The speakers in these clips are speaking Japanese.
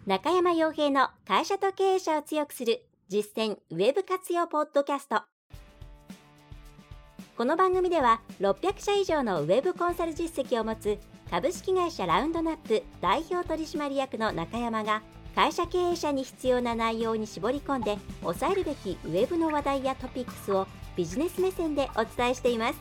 中山洋平の会社と経営者を強くする実践ウェブ活用ポッドキャスト。この番組では600社以上のウェブコンサル実績を持つ株式会社ラウンドナップ代表取締役の中山が会社経営者に必要な内容に絞り込んで押さえるべきウェブの話題やトピックスをビジネス目線でお伝えしています。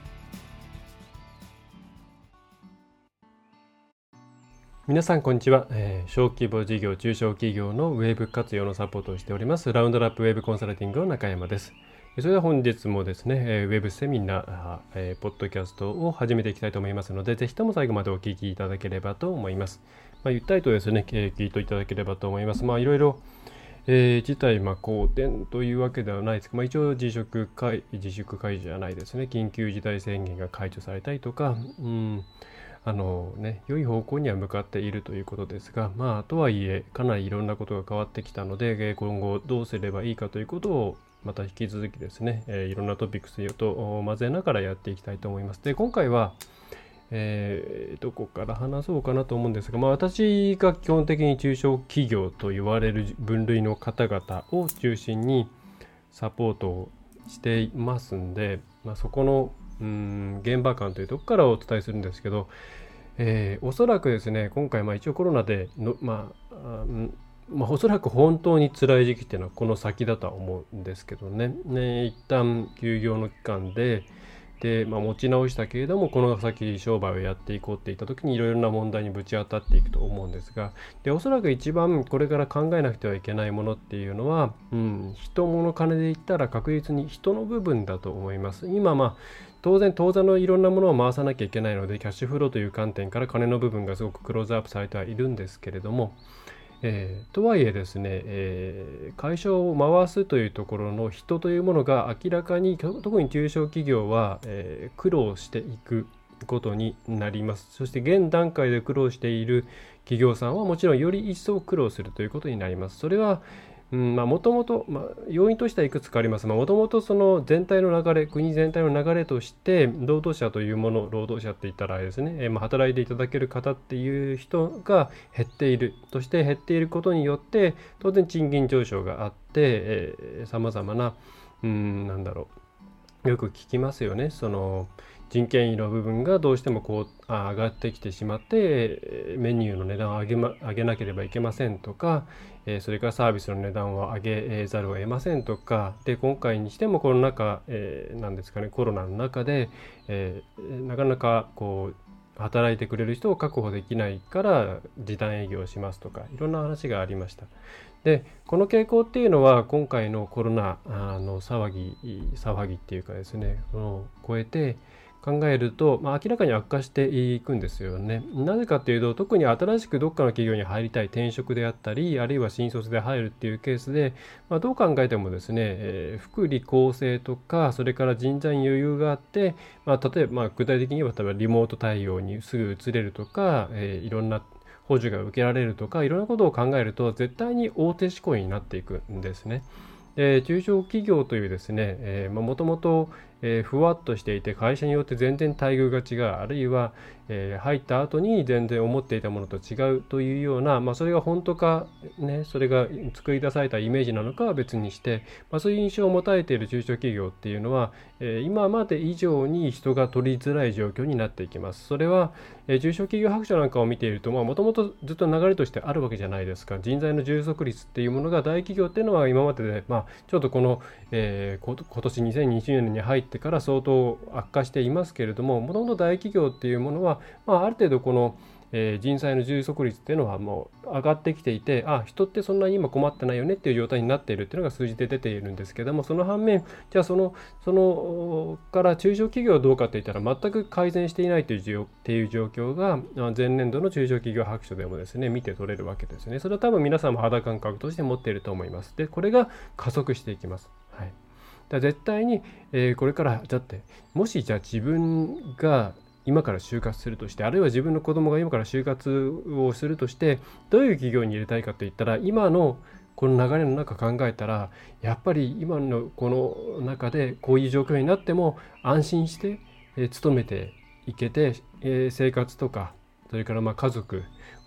皆さんこんにちは、小規模事業中小企業のウェブ活用のサポートをしておりますラウンドナップウェブコンサルティングの中山です。それでは本日もですね、ウェブセミナー、ポッドキャストを始めていきたいと思いますので、ぜひとも最後までお聞きいただければと思います。ゆったりとですね、聞いていただければと思います。いろいろ事態好転というわけではないですが、一応自粛解除じゃないですね、緊急事態宣言が解除されたりとか、良い方向には向かっているということですが、とはいえかなりいろんなことが変わってきたので、今後どうすればいいかということをまた引き続きですね、いろんなトピックスと混ぜながらやっていきたいと思います。で、今回は、どこから話そうかなと思うんですが、私が基本的に中小企業と言われる分類の方々を中心にサポートをしていますんで、そこの現場感というところからお伝えするんですけど、おそらくですね、今回一応コロナでおそらく本当に辛い時期っていうのはこの先だとは思うんですけどね。一旦休業の期間で持ち直したけれども、この先商売をやっていこうっていった時にいろいろな問題にぶち当たっていくと思うんですが、おそらく一番これから考えなくてはいけないものっていうのは、人物金で言ったら確実に人の部分だと思います。今当然当座のいろんなものを回さなきゃいけないので、キャッシュフローという観点から金の部分がすごくクローズアップされてはいるんですけれども、とはいえですね、会社を回すというところの人というものが明らかに、特に中小企業は、苦労していくことになります。そして現段階で苦労している企業さんはもちろんより一層苦労するということになります。それはもともと要因としてはいくつかあります。もともとその全体の流れ、国全体の流れとして労働者というもの、労働者って言ったらあれですね、働いていただける方っていう人が減っているとして、減っていることによって当然賃金上昇があって、さまざまなよく聞きますよね。その人件費の部分がどうしても上がってきてしまって、メニューの値段を上げなければいけませんとか、それからサービスの値段を上げざるを得ませんとかで、今回にしてもこの中、コロナの中で、なかなか働いてくれる人を確保できないから時短営業をしますとか、いろんな話がありました。で、この傾向っていうのは今回のコロナの騒ぎっていうかですね、を超えて考えると、明らかに悪化していくんですよね。なぜかというと、特に新しくどっかの企業に入りたい、転職であったり、あるいは新卒で入るっていうケースで、どう考えてもですね、福利厚生とか、それから人材に余裕があって、例えば具体的に言えばリモート対応にすぐ移れるとか、いろんな補助が受けられるとか、いろんなことを考えると絶対に大手志向になっていくんですね。中小企業というですね、もともとふわっとしていて会社によって全然待遇が違う、あるいは、入った後に全然思っていたものと違うというような、それが本当かね、それが作り出されたイメージなのかは別にして、そういう印象を持たれている中小企業っていうのは、今まで以上に人が取りづらい状況になっていきます。それは、中小企業白書なんかを見ていると、もともとずっと流れとしてあるわけじゃないですか。人材の充足率っていうものが大企業っていうのは今までで、ちょっとこの、今年2020年に入ってから相当悪化していますけれども、もともと大企業っていうものは、ある程度この、人材の充足率っていうのはもう上がってきていて、人ってそんなに今困ってないよねっていう状態になっているっていうのが数字で出ているんですけども、その反面、じゃあそのから中小企業はどうかといったら全く改善していないという状況が前年度の中小企業白書でもですね見て取れるわけですね。それは多分皆さんも肌感覚として持っていると思います。で、これが加速していきます。はい。だ絶対に、これからだってもしじゃあ自分が今から就活するとして、あるいは自分の子供が今から就活をするとして、どういう企業に入れたいかといったら、今のこの流れの中考えたら、やっぱり今のこの中でこういう状況になっても安心して、勤めていけて、生活とかそれから家族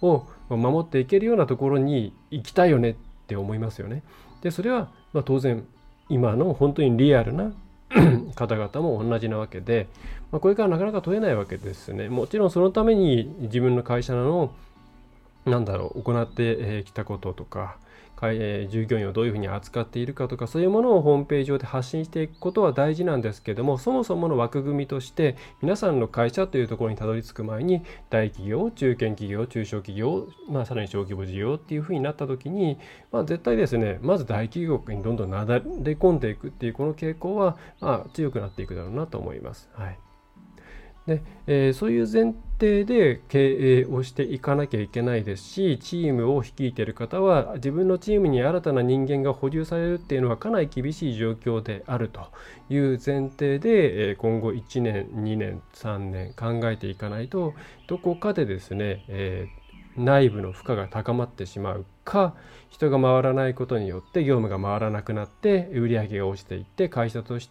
を守っていけるようなところに行きたいよねって思いますよね。でそれは当然今の本当にリアルな方々も同じなわけで、これからなかなか取れないわけですね。もちろんそのために自分の会社の行ってきたこととか、従業員をどういうふうに扱っているかとか、そういうものをホームページ上で発信していくことは大事なんですけども、そもそもの枠組みとして皆さんの会社というところにたどり着く前に、大企業、中堅企業、中小企業、さらに小規模事業っていうふうになった時に、絶対ですね、まず大企業にどんどんなだれ込んでいくっていうこの傾向は強くなっていくだろうなと思います。はい。でそういう前提で経営をしていかなきゃいけないですし、チームを率いている方は自分のチームに新たな人間が補充されるっていうのはかなり厳しい状況であるという前提で、今後1年2年3年考えていかないと、どこかでですね、内部の負荷が高まってしまうか、人が回らないことによって業務が回らなくなって売り上げが落ちていって会社として、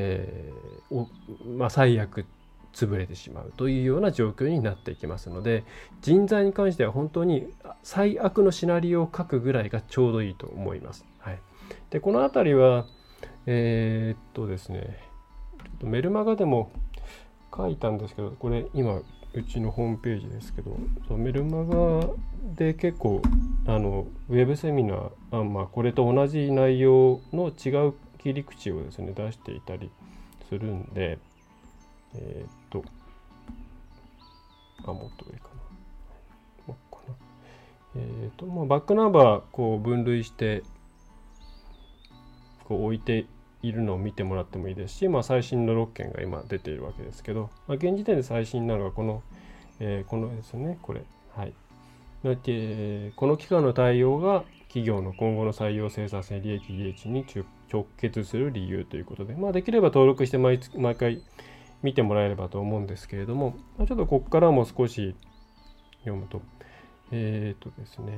最悪潰れてしまうというような状況になっていきますので、人材に関しては本当に最悪のシナリオを書くぐらいがちょうどいいと思います。はい、でこのあたりはですね、ちょっとメルマガでも書いたんですけど、これ今うちのホームページですけど、メルマガで結構ウェブセミナーこれと同じ内容の違う切り口をですね出していたりするんで、もっと上かな。バックナンバー分類して置いているのを見てもらってもいいですし、最新の6件が今出ているわけですけど、現時点で最新なのがこのですね、これ。はい。この期間の対応が企業の今後の採用生産性利益利益に直結する理由ということで、できれば登録して毎回見てもらえればと思うんですけれども、ちょっとここからも少し読むと、ですね、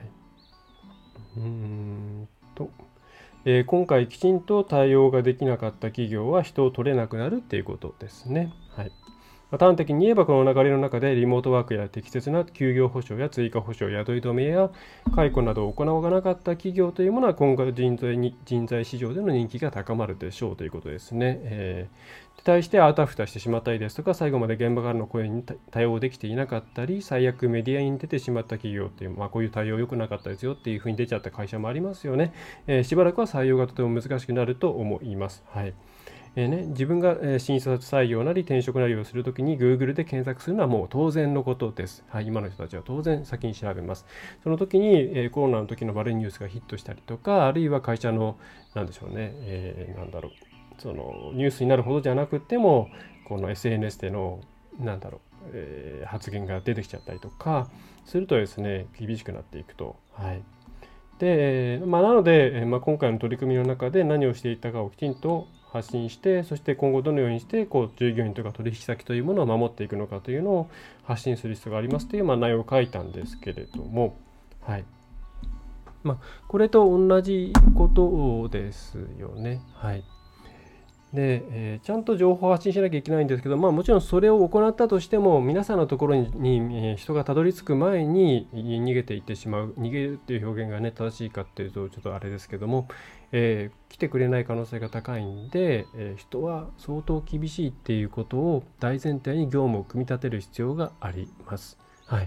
はい。今回きちんと対応ができなかった企業は人を取れなくなるっていうことですね。はい。端的に言えば、この流れの中でリモートワークや適切な休業保障や追加保障、雇い止めや解雇などを行わなかった企業というものは今後人材市場での人気が高まるでしょうということですね。対してあたふたしてしまったりですとか、最後まで現場からの声に対応できていなかったり、最悪メディアに出てしまった企業っていう、こういう対応良くなかったですよっていうふうに出ちゃった会社もありますよね。しばらくは採用がとても難しくなると思います。はい。自分が新卒採用なり転職なりをするときに Google で検索するのはもう当然のことです。はい、今の人たちは当然先に調べます。その時にコロナの時の悪いニュースがヒットしたりとか、あるいは会社のそのニュースになるほどじゃなくても、この SNS での発言が出てきちゃったりとかするとですね、厳しくなっていくと。はい。で、なので、今回の取り組みの中で何をしていったかをきちんと発信して、そして今後どのようにして従業員とか取引先というものを守っていくのかというのを発信する必要がありますという内容を書いたんですけれども、はい。これと同じことですよね。はい。で、ちゃんと情報を発信しなきゃいけないんですけど、もちろんそれを行ったとしても、皆さんのところに人がたどり着く前に逃げていってしまう、逃げるっていう表現がね正しいかっていうとちょっとあれですけども、来てくれない可能性が高いんで、人は相当厳しいっていうことを大前提に業務を組み立てる必要があります。はい。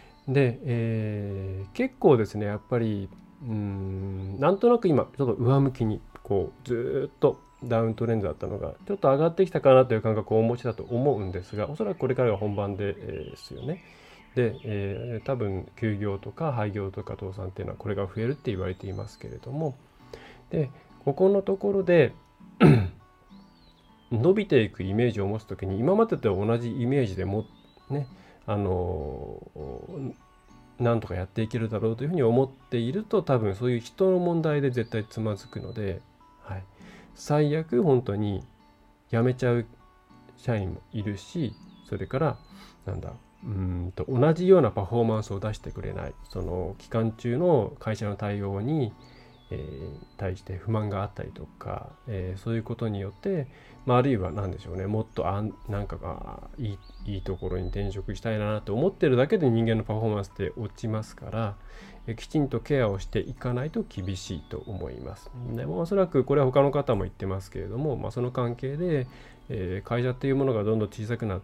で、結構ですね、やっぱりなんとなく今ちょっと上向きにずっとダウントレンドだったのがちょっと上がってきたかなという感覚をお持ちだと思うんですが、おそらくこれからが本番ですよね。で、多分休業とか廃業とか倒産っていうのはこれが増えるって言われていますけれども、でここのところで伸びていくイメージを持つときに、今までと同じイメージでもね、なんとかやっていけるだろうというふうに思っていると、多分そういう人の問題で絶対つまずくので、はい、最悪本当に辞めちゃう社員もいるし、それから同じようなパフォーマンスを出してくれない、その期間中の会社の対応に対して不満があったりとか、そういうことによって、あるいは何でしょうね、もっとなんかいいところに転職したいなと思ってるだけで人間のパフォーマンスって落ちますから、きちんとケアをしていかないと厳しいと思います。でもおそらくこれは他の方も言ってますけれども、その関係で、会社っていうものがどんどん小さくなって、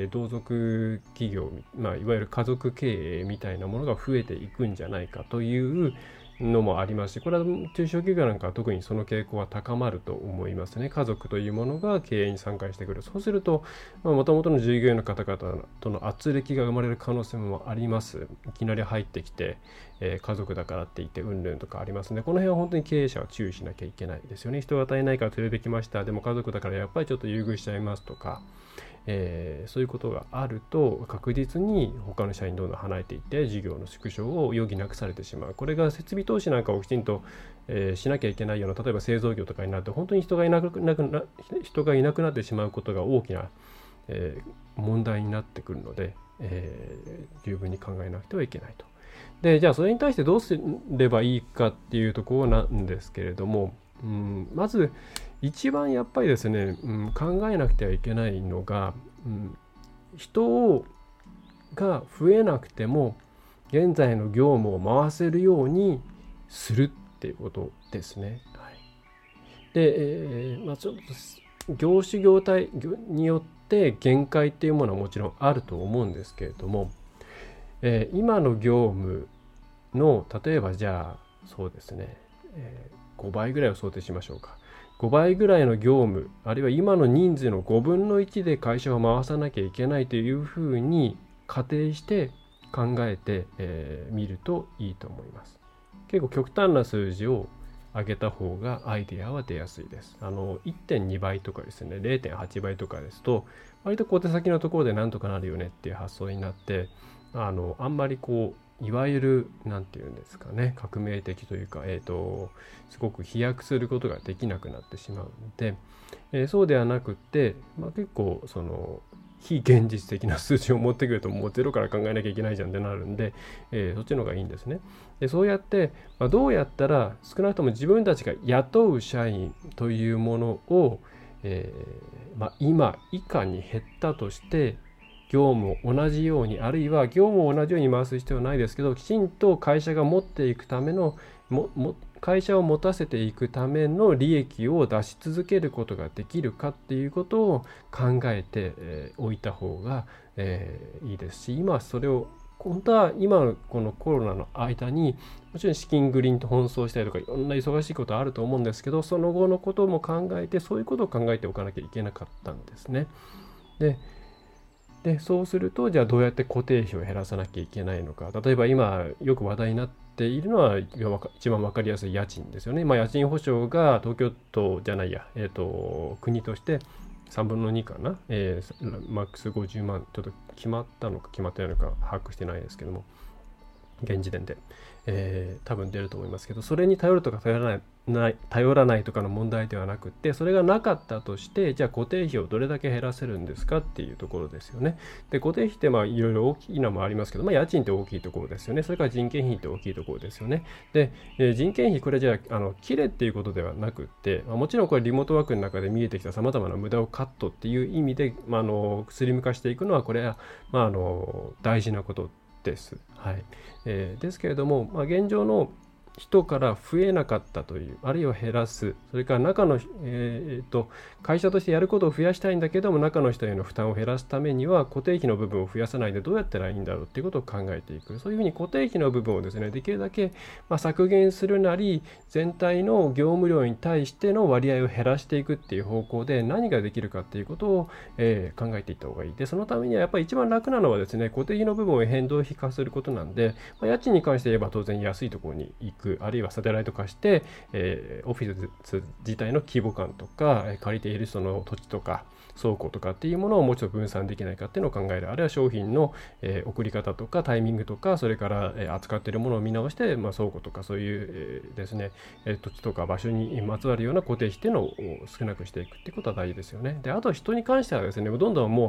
同族企業、いわゆる家族経営みたいなものが増えていくんじゃないかというのもありますし、これは中小企業なんかは特にその傾向は高まると思いますね。家族というものが経営に参加してくる。そうするともともとの従業員の方々との圧力が生まれる可能性もあります。いきなり入ってきて、家族だからって言ってうんぬんとかありますね。この辺は本当に経営者は注意しなきゃいけないですよね。人が足りないから連れてきました、でも家族だからやっぱりちょっと優遇しちゃいますとか、そういうことがあると確実に他の社員どんどん離れていって事業の縮小を余儀なくされてしまう。これが設備投資なんかをきちんと、しなきゃいけないような、例えば製造業とかになると本当に人がいなくなってしまうことが大きな、問題になってくるので、十分に考えなくてはいけないと。で、じゃあそれに対してどうすればいいかっていうところなんですけれども、まず一番やっぱりですね、考えなくてはいけないのが、人が増えなくても現在の業務を回せるようにするっていうことですね。はい、で、ちょっと業種業態によって限界っていうものはもちろんあると思うんですけれども、今の業務の例えばじゃあそうですね、5倍ぐらいを想定しましょうか。5倍ぐらいの業務、あるいは今の人数の5分の1で会社を回さなきゃいけないというふうに仮定して考えてみるといいと思います。結構極端な数字を上げた方がアイデアは出やすいです。1.2 倍とかですね、0.8 倍とかですと割と小手先のところでなんとかなるよねっていう発想になって、あんまりいわゆるなんていうんですかね、革命的というか、すごく飛躍することができなくなってしまうので、そうではなくって、結構その非現実的な数字を持ってくるともうゼロから考えなきゃいけないじゃんってなるんで、そっちの方がいいんですね。でそうやって、どうやったら少なくとも自分たちが雇う社員というものを、今以下に減ったとして業務を同じように、あるいは業務を同じように回す必要はないですけど、きちんと会社が持っていくための会社を持たせていくための利益を出し続けることができるかっていうことを考えておいた方がいいですし、今それを本当は今のこのコロナの間にもちろん資金繰りに奔走したりとかいろんな忙しいことあると思うんですけど、その後のことも考えてそういうことを考えておかなきゃいけなかったんですね。でそうすると、じゃあどうやって固定費を減らさなきゃいけないのか。例えば今よく話題になっているのは一番分かりやすい家賃ですよね。家賃保証が東京都じゃないや、国として3分の2かな、マックス50万、ちょっと決まったのか決まってないのか把握してないですけども、現時点で、多分出ると思いますけど、それに頼るとか頼らないとかの問題ではなくって、それがなかったとして、じゃあ固定費をどれだけ減らせるんですかっていうところですよね。で固定費っていろいろ大きいのもありますけど、家賃って大きいところですよね。それから人件費って大きいところですよね。で、人件費、これじゃあ切れっていうことではなくって、もちろんこれリモートワークの中で見えてきたさまざまな無駄をカットっていう意味で、スリム化していくのはこれは、大事なことです。はい。ですけれども、現状の人から増えなかったという、あるいは減らす、それから中の、会社としてやることを増やしたいんだけども、中の人への負担を減らすためには固定費の部分を増やさないでどうやったらいいんだろうっていうことを考えていく。そういうふうに固定費の部分をですね、できるだけ削減するなり、全体の業務量に対しての割合を減らしていくっていう方向で何ができるかっていうことを、考えていった方がいい。でそのためにはやっぱり一番楽なのはですね、固定費の部分を変動費化することなんで、家賃に関して言えば当然安いところに行く、あるいはサテライト化して、オフィス自体の規模感とか、借りているその土地とか倉庫とかっていうものをもうちょっと分散できないかっていうのを考える。あるいは商品の、送り方とかタイミングとか、それから、扱っているものを見直して、倉庫とかそういう、ですね、土地とか場所にまつわるような固定費っていうのを少なくしていくっていうことは大事ですよね。であと人に関してはですね、どんどんもう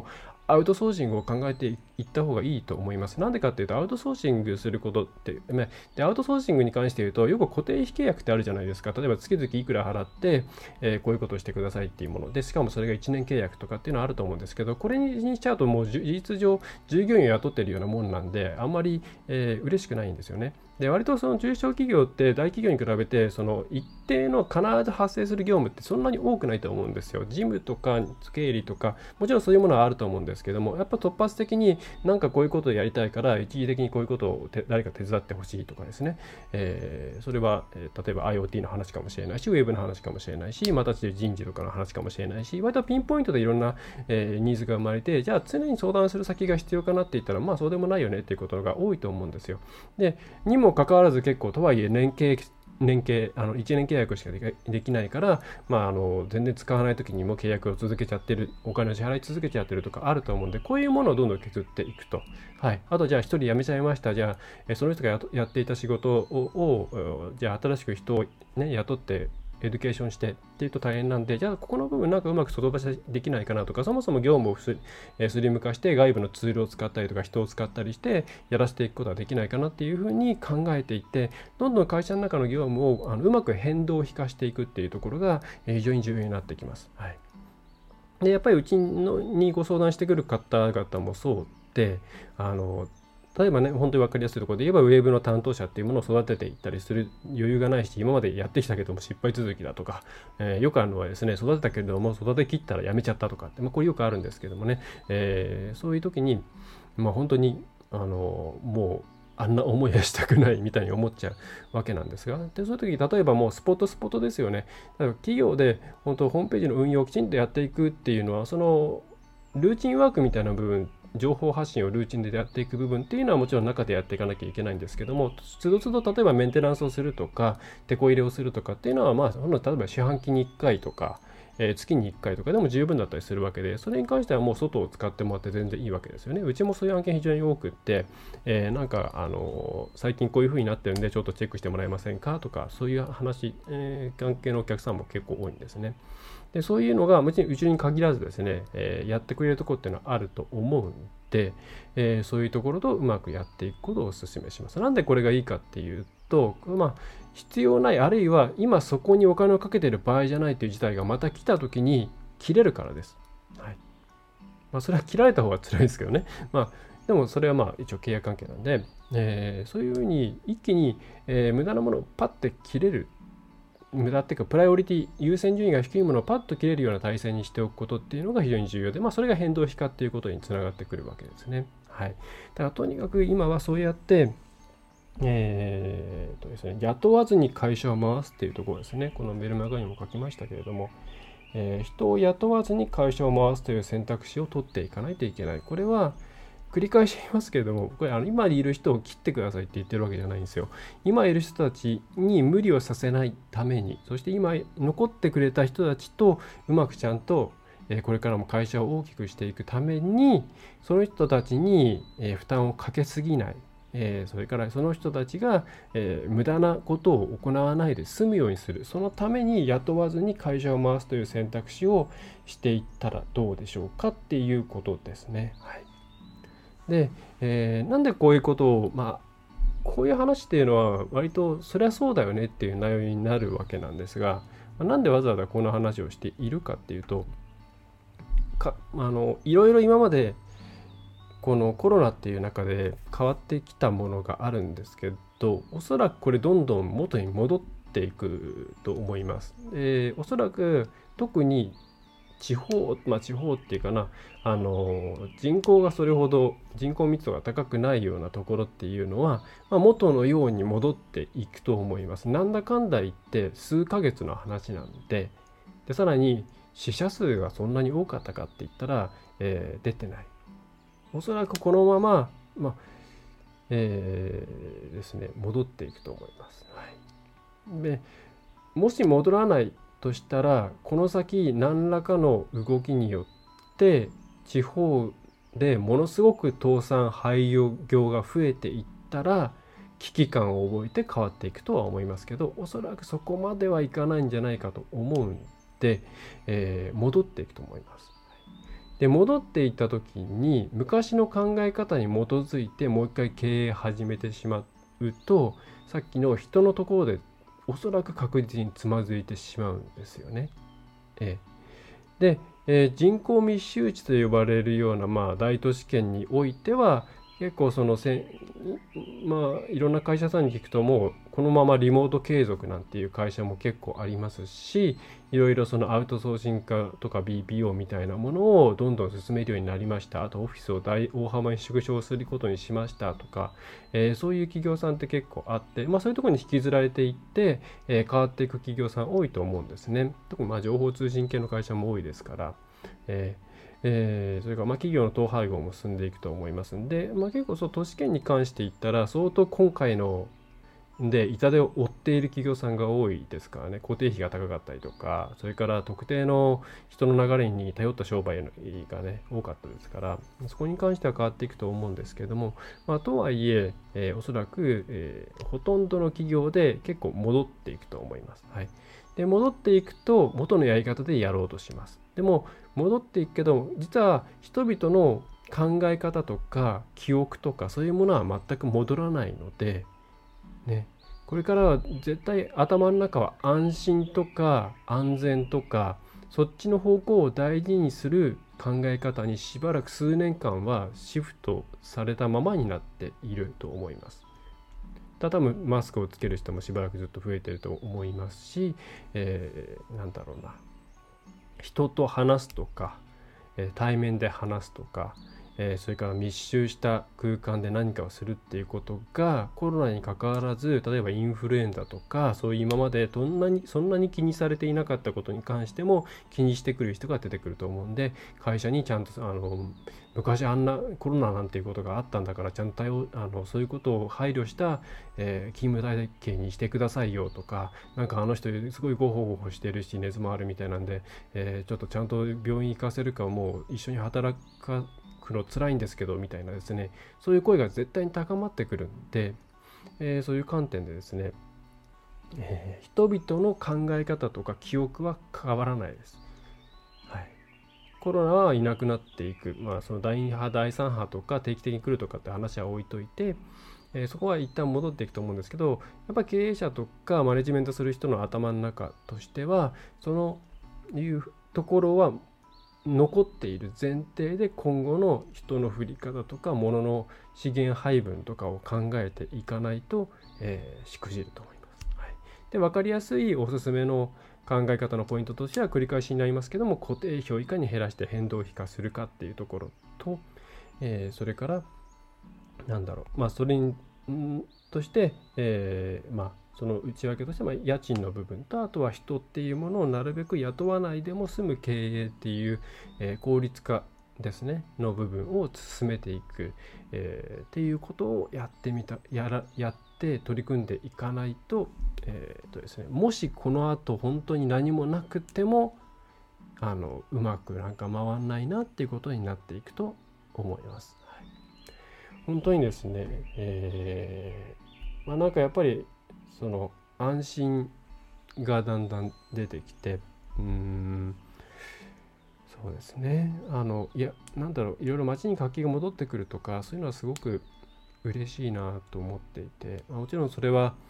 アウトソーシングを考えていった方がいいと思います。なんでかっていうと、アウトソーシングすることって、でアウトソーシングに関して言うと、よく固定費契約ってあるじゃないですか。例えば月々いくら払って、こういうことをしてくださいっていうもので、しかもそれが1年契約とかっていうのはあると思うんですけど、これにしちゃうともう事実上従業員を雇っているようなもんなんで、あんまり、嬉しくないんですよね。で割とその中小企業って大企業に比べてその一定の必ず発生する業務ってそんなに多くないと思うんですよ。事務とか経理とかもちろんそういうものはあると思うんですけども、やっぱ突発的になんかこういうことをやりたいから一時的にこういうことを誰か手伝ってほしいとかですね、それは、例えば IoT の話かもしれないし、ウェブの話かもしれないし、また人事とかの話かもしれないし、割とピンポイントでいろんな、ニーズが生まれて、じゃあ常に相談する先が必要かなって言ったら、まあそうでもないよねっていうことが多いと思うんですよ。でにもかかわらず結構とはいえ1年契約しかできないから、全然使わない時にも契約を続けちゃってる、お金を支払い続けちゃってるとかあると思うんで、こういうものをどんどん削っていくと。はい、あとじゃあ1人辞めちゃいました。じゃあその人がやっていた仕事をじゃあ新しく人を、雇ってエデュケーションしてっていうと大変なんで、じゃあここの部分なんかうまく外出しできないかなとか、そもそも業務をスリム化して外部のツールを使ったりとか人を使ったりしてやらせていくことができないかなっていうふうに考えていって、どんどん会社の中の業務をうまく変動を引かしていくっていうところが非常に重要になってきます。はい、でやっぱりうちにご相談してくる方々もそうで、例えばね、本当に分かりやすいところで言えば、ウェブの担当者っていうものを育てていったりする余裕がないし、今までやってきたけども失敗続きだとか、よくあるのはですね、育てたけれども育てきったらやめちゃったとかって、これよくあるんですけどもね、そういう時に、本当にもうあんな思いはしたくないみたいに思っちゃうわけなんですが、でそういう時例えばもうスポットですよね。だから企業で本当ホームページの運用をきちんとやっていくっていうのは、そのルーチンワークみたいな部分、情報発信をルーチンでやっていく部分っていうのはもちろん中でやっていかなきゃいけないんですけども、つどつど例えばメンテナンスをするとかテこ入れをするとかっていうのは、例えば四半期に1回とか、月に1回とかでも十分だったりするわけで、それに関してはもう外を使ってもらって全然いいわけですよね。うちもそういう案件非常に多くって、最近こういう風になってるんでちょっとチェックしてもらえませんかとか、そういう話、関係のお客さんも結構多いんですね。でそういうのがうちに限らずですね、やってくれるところっていうのはあると思うんで、そういうところとうまくやっていくことをお勧めします。なんでこれがいいかっていうと、必要ない、あるいは今そこにお金をかけている場合じゃないという事態がまた来た時に切れるからです。はい、それは切られた方が辛いですけどね。でもそれは一応契約関係なんで、そういうふうに一気に、無駄なものをパッて切れる、無駄っていうかプライオリティ優先順位が低いものをパッと切れるような体制にしておくことっていうのが非常に重要で、それが変動費化っていうことにつながってくるわけですね。はい、だからとにかく今はそうやってですね、雇わずに会社を回すっていうところですね。このメルマガにも書きましたけれども、人を雇わずに会社を回すという選択肢を取っていかないといけない。これは繰り返し言いますけれども、これ今いる人を切ってくださいって言ってるわけじゃないんですよ。今いる人たちに無理をさせないために、そして今残ってくれた人たちとうまくちゃんとこれからも会社を大きくしていくために、その人たちに負担をかけすぎない、それからその人たちが無駄なことを行わないで済むようにする、そのために雇わずに会社を回すという選択肢をしていったらどうでしょうかっていうことですね。はい、で、なんでこういうことをこういう話っていうのは割とそりゃそうだよねっていう内容になるわけなんですが、なんでわざわざこの話をしているかっていうと、いろいろ今までこのコロナっていう中で変わってきたものがあるんですけど、おそらくこれどんどん元に戻っていくと思います。おそらく特に地方っていうかな、人口がそれほど人口密度が高くないようなところっていうのは、元のように戻っていくと思います。なんだかんだ言って数ヶ月の話なんで、さらに死者数がそんなに多かったかって言ったら、出てない。おそらくこのまま、ですね、戻っていくと思います。はい、でもし戻らないとしたら、この先何らかの動きによって地方でものすごく倒産廃業が増えていったら危機感を覚えて変わっていくとは思いますけど、おそらくそこまではいかないんじゃないかと思うんで、戻っていくと思います。 で戻っていった時に昔の考え方に基づいてもう一回経営始めてしまうと、さっきの人のところでおそらく確実につまずいてしまうんですよね。で、人口密集地と呼ばれるような、大都市圏においては結構いろんな会社さんに聞くと、もうこのままリモート継続なんていう会社も結構ありますし、いろいろそのアウトソーシング化とか BPO みたいなものをどんどん進めるようになりました。あとオフィスを大幅に縮小することにしましたとか、そういう企業さんって結構あって、そういうところに引きずられていって、変わっていく企業さん多いと思うんですね。特に情報通信系の会社も多いですから。それから企業の統廃合も進んでいくと思いますんで、結構都市圏に関して言ったら相当今回ので痛手を負っている企業さんが多いですからね。固定費が高かったりとか、それから特定の人の流れに頼った商売がね多かったですから、そこに関しては変わっていくと思うんですけれども、とはいえおそらく、ほとんどの企業で結構戻っていくと思います。で戻っていくと元のやり方でやろうとします。でも戻っていくけど、実は人々の考え方とか記憶とかそういうものは全く戻らないので、これからは絶対頭の中は安心とか安全とかそっちの方向を大事にする考え方にしばらく数年間はシフトされたままになっていると思います。多分マスクをつける人もしばらくずっと増えてると思いますし、人と話すとか、対面で話すとか、それから密集した空間で何かをするっていうことがコロナに関わらず、例えばインフルエンザとかそういう今までそんなに気にされていなかったことに関しても気にしてくる人が出てくると思うんで、会社にちゃんと昔あんなコロナなんていうことがあったんだから、ちゃんとそういうことを配慮した、勤務体系にしてくださいよとか、あの人すごいゴホゴホしてるし熱もあるみたいなんで、ちょっとちゃんと病院行かせるか、もう一緒に働くの辛いんですけどみたいなですね、そういう声が絶対に高まってくるんで、そういう観点でですね、人々の考え方とか記憶は変わらないです。コロナはいなくなっていく、その第2波第3波とか定期的に来るとかって話は置いといて、そこは一旦戻っていくと思うんですけど、やっぱり経営者とかマネジメントする人の頭の中としては、そのいうところは残っている前提で、今後の人の振り方とか物の資源配分とかを考えていかないと、しくじると思います。で、分かりやすいおすすめの考え方のポイントとしては繰り返しになりますけども、固定費をいかに減らして変動費化するかっていうところと、それからそれにとして、その内訳としては家賃の部分と、あとは人っていうものをなるべく雇わないでも済む経営っていう、効率化ですねの部分を進めていく、っていうことをやって取り組んでいかないと、ですね、もしこの後本当に何もなくてもうまく回んないなっていうことになっていくと思います。本当にですね、やっぱりその安心がだんだん出てきて、そうですね、いろいろ街に活気が戻ってくるとか、そういうのはすごく嬉しいなと思っていて、もちろんそれは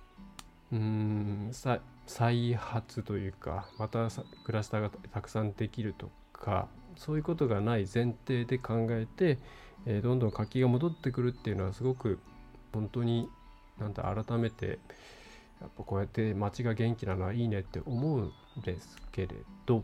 再発というか、またクラスターがたくさんできるとか、そういうことがない前提で考えて、どんどん活気が戻ってくるっていうのはすごく本当に改めてやっぱこうやって街が元気なのはいいねって思うんですけれど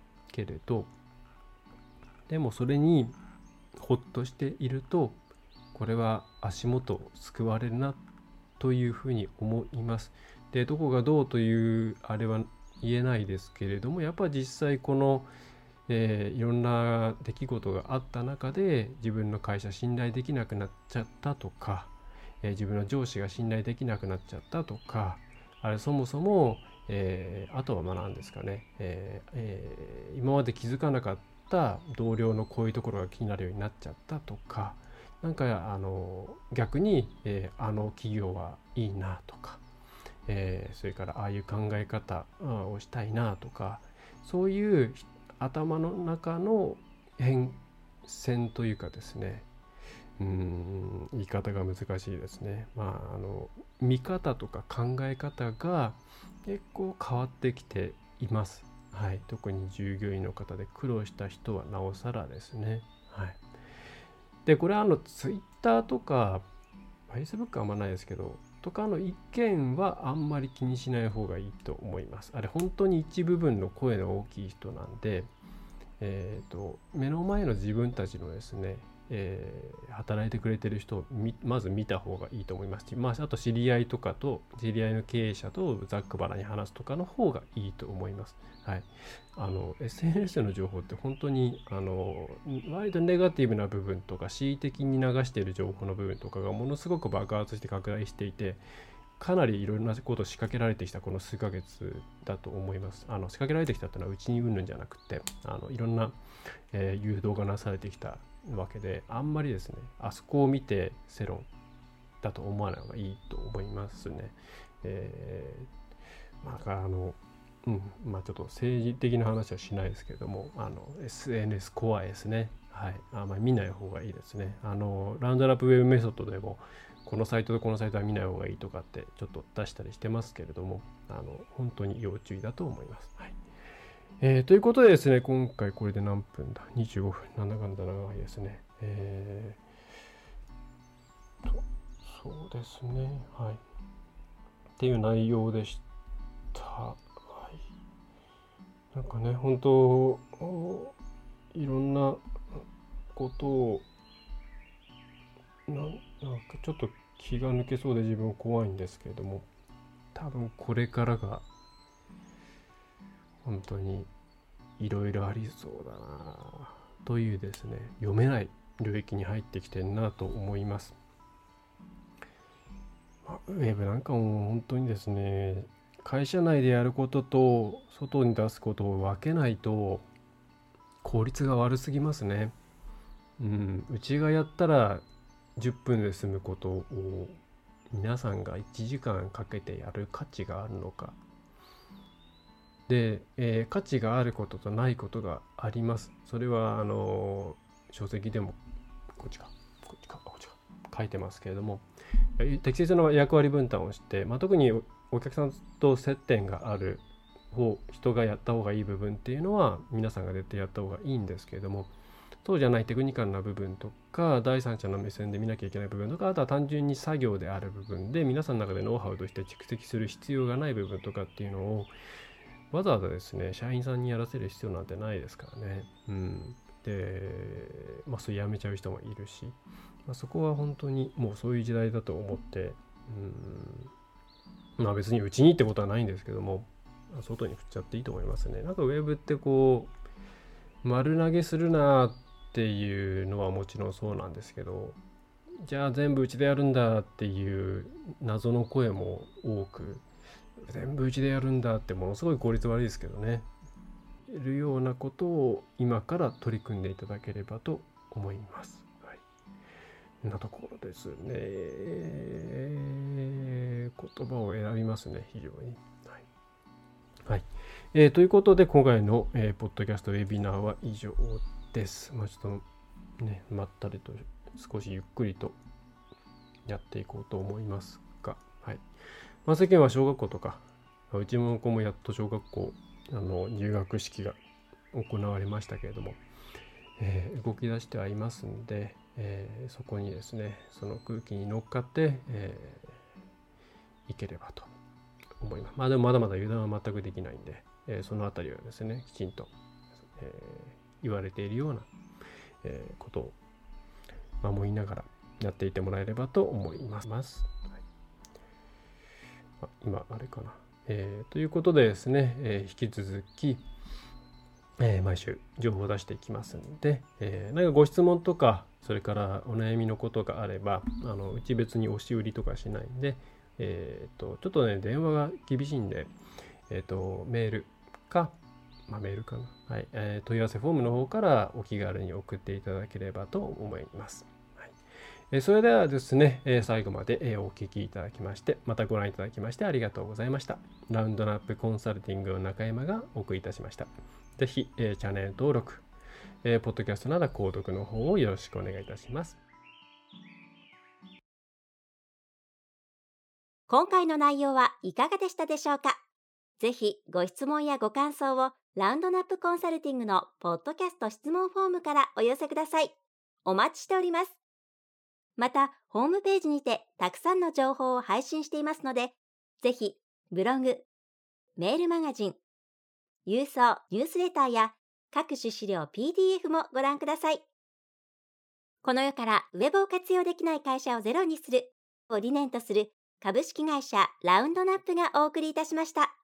でもそれにほっとしていると、これは足元救われるなというふうに思います。で、どこがどうというあれは言えないですけれども、やっぱり実際このいろんな出来事があった中で自分の会社信頼できなくなっちゃったとか、自分の上司が信頼できなくなっちゃったとか、あれそもそも、あとは何ですかね、今まで気づかなかった同僚のこういうところが気になるようになっちゃったとか、逆に、企業はいいなとか、それからああいう考え方をしたいなとか、そういう頭の中の変遷というかですね、言い方が難しいですね。見方とか考え方が結構変わってきています。はい、特に従業員の方で苦労した人はなおさらですね。はい、でこれはTwitter とか Facebook はあんまないですけどとかの意見はあんまり気にしない方がいいと思います。あれ本当に一部分の声の大きい人なんで、目の前の自分たちのですね、働いてくれてる人をまず見た方がいいと思いますし、あと知り合いの経営者とざっくばらに話すとかの方がいいと思います。はい、SNS の情報って本当に割とネガティブな部分とか恣意的に流している情報の部分とかがものすごく爆発して拡大していて、かなりいろんなことを仕掛けられてきたこの数ヶ月だと思います。仕掛けられてきたというのはうちにうんぬんじゃなくていろんな、誘導がなされてきたわけで、あんまりですねあそこを見て世論だと思わない方がいいと思いますね。だからちょっと政治的な話はしないですけれどもSNS 怖いですね。はい、あんまり見ない方がいいですね。ラウンドラップウェブメソッドでもこのサイトとこのサイトは見ない方がいいとかってちょっと出したりしてますけれども本当に要注意だと思います。はい、ということでですね、今回これで何分だ ?25 分。なんだかんだ長いですね。そうですね。はい。っていう内容でした。はい。なんかね、本当いろんなことをなんかちょっと気が抜けそうで自分怖いんですけれども、多分これからが本当にいろいろありそうだなというですね、読めない領域に入ってきてるなと思います。ウェブなんかも本当にですね、会社内でやることと外に出すことを分けないと効率が悪すぎますね。うちがやったら10分で済むことを皆さんが1時間かけてやる価値があるのかで、価値があることとないことがあります。それは書籍でもこっちか書いてますけれども、適切な役割分担をして、特にお客さんと接点がある人がやった方がいい部分っていうのは皆さんが絶対やった方がいいんですけれども、そうじゃないテクニカルな部分とか第三者の目線で見なきゃいけない部分とか、あとは単純に作業である部分で皆さんの中でノウハウとして蓄積する必要がない部分とかっていうのをわざわざですね社員さんにやらせる必要なんてないですからね。でそれやめちゃう人もいるし、そこは本当にもうそういう時代だと思って、別にうちにってことはないんですけども、外に振っちゃっていいと思いますね。なんかウェブってこう丸投げするなっていうのはもちろんそうなんですけど、じゃあ全部うちでやるんだっていう謎の声も多く、全部うちでやるんだってものすごい効率悪いですけどね、いるようなことを今から取り組んでいただければと思います。はい、こんなところですね。言葉を選びますね、非常に。はい、ということで今回の、ポッドキャストウェビナーは以上です。ちょっとね、まったりと少しゆっくりとやっていこうと思いますが、はい。世間は小学校とか、うちの子もやっと小学校入学式が行われましたけれども、動き出してはいますので、そこにですね、その空気に乗っかって、いければと思います。でもまだまだ油断は全くできないんで、そのあたりはですね、きちんと、言われているような、ことを守りながらやっていってもらえればと思います。はい、今あれかな、ということでですね、引き続き、毎週情報を出していきますので、何かご質問とかそれからお悩みのことがあればうち別に押し売りとかしないんで、ちょっとね電話が厳しいんで、メールかメールかな、はい、問い合わせフォームの方からお気軽に送っていただければと思います。はい、それではですね、最後までお聞きいただきましてまたご覧いただきましてありがとうございました。ラウンドナップコンサルティングの中山がお送りいたしました。ぜひ、チャンネル登録、 ポッドキャストなら購読の方をよろしくお願いいたします。 今回の内容はいかがでしたでしょうか。ぜひご質問やご感想をラウンドナップコンサルティングのポッドキャスト質問フォームからお寄せください。お待ちしております。また、ホームページにてたくさんの情報を配信していますので、ぜひブログ、メールマガジン、郵送ニュースレターや各種資料 PDF もご覧ください。この世からウェブを活用できない会社をゼロにするを理念とする株式会社ラウンドナップがお送りいたしました。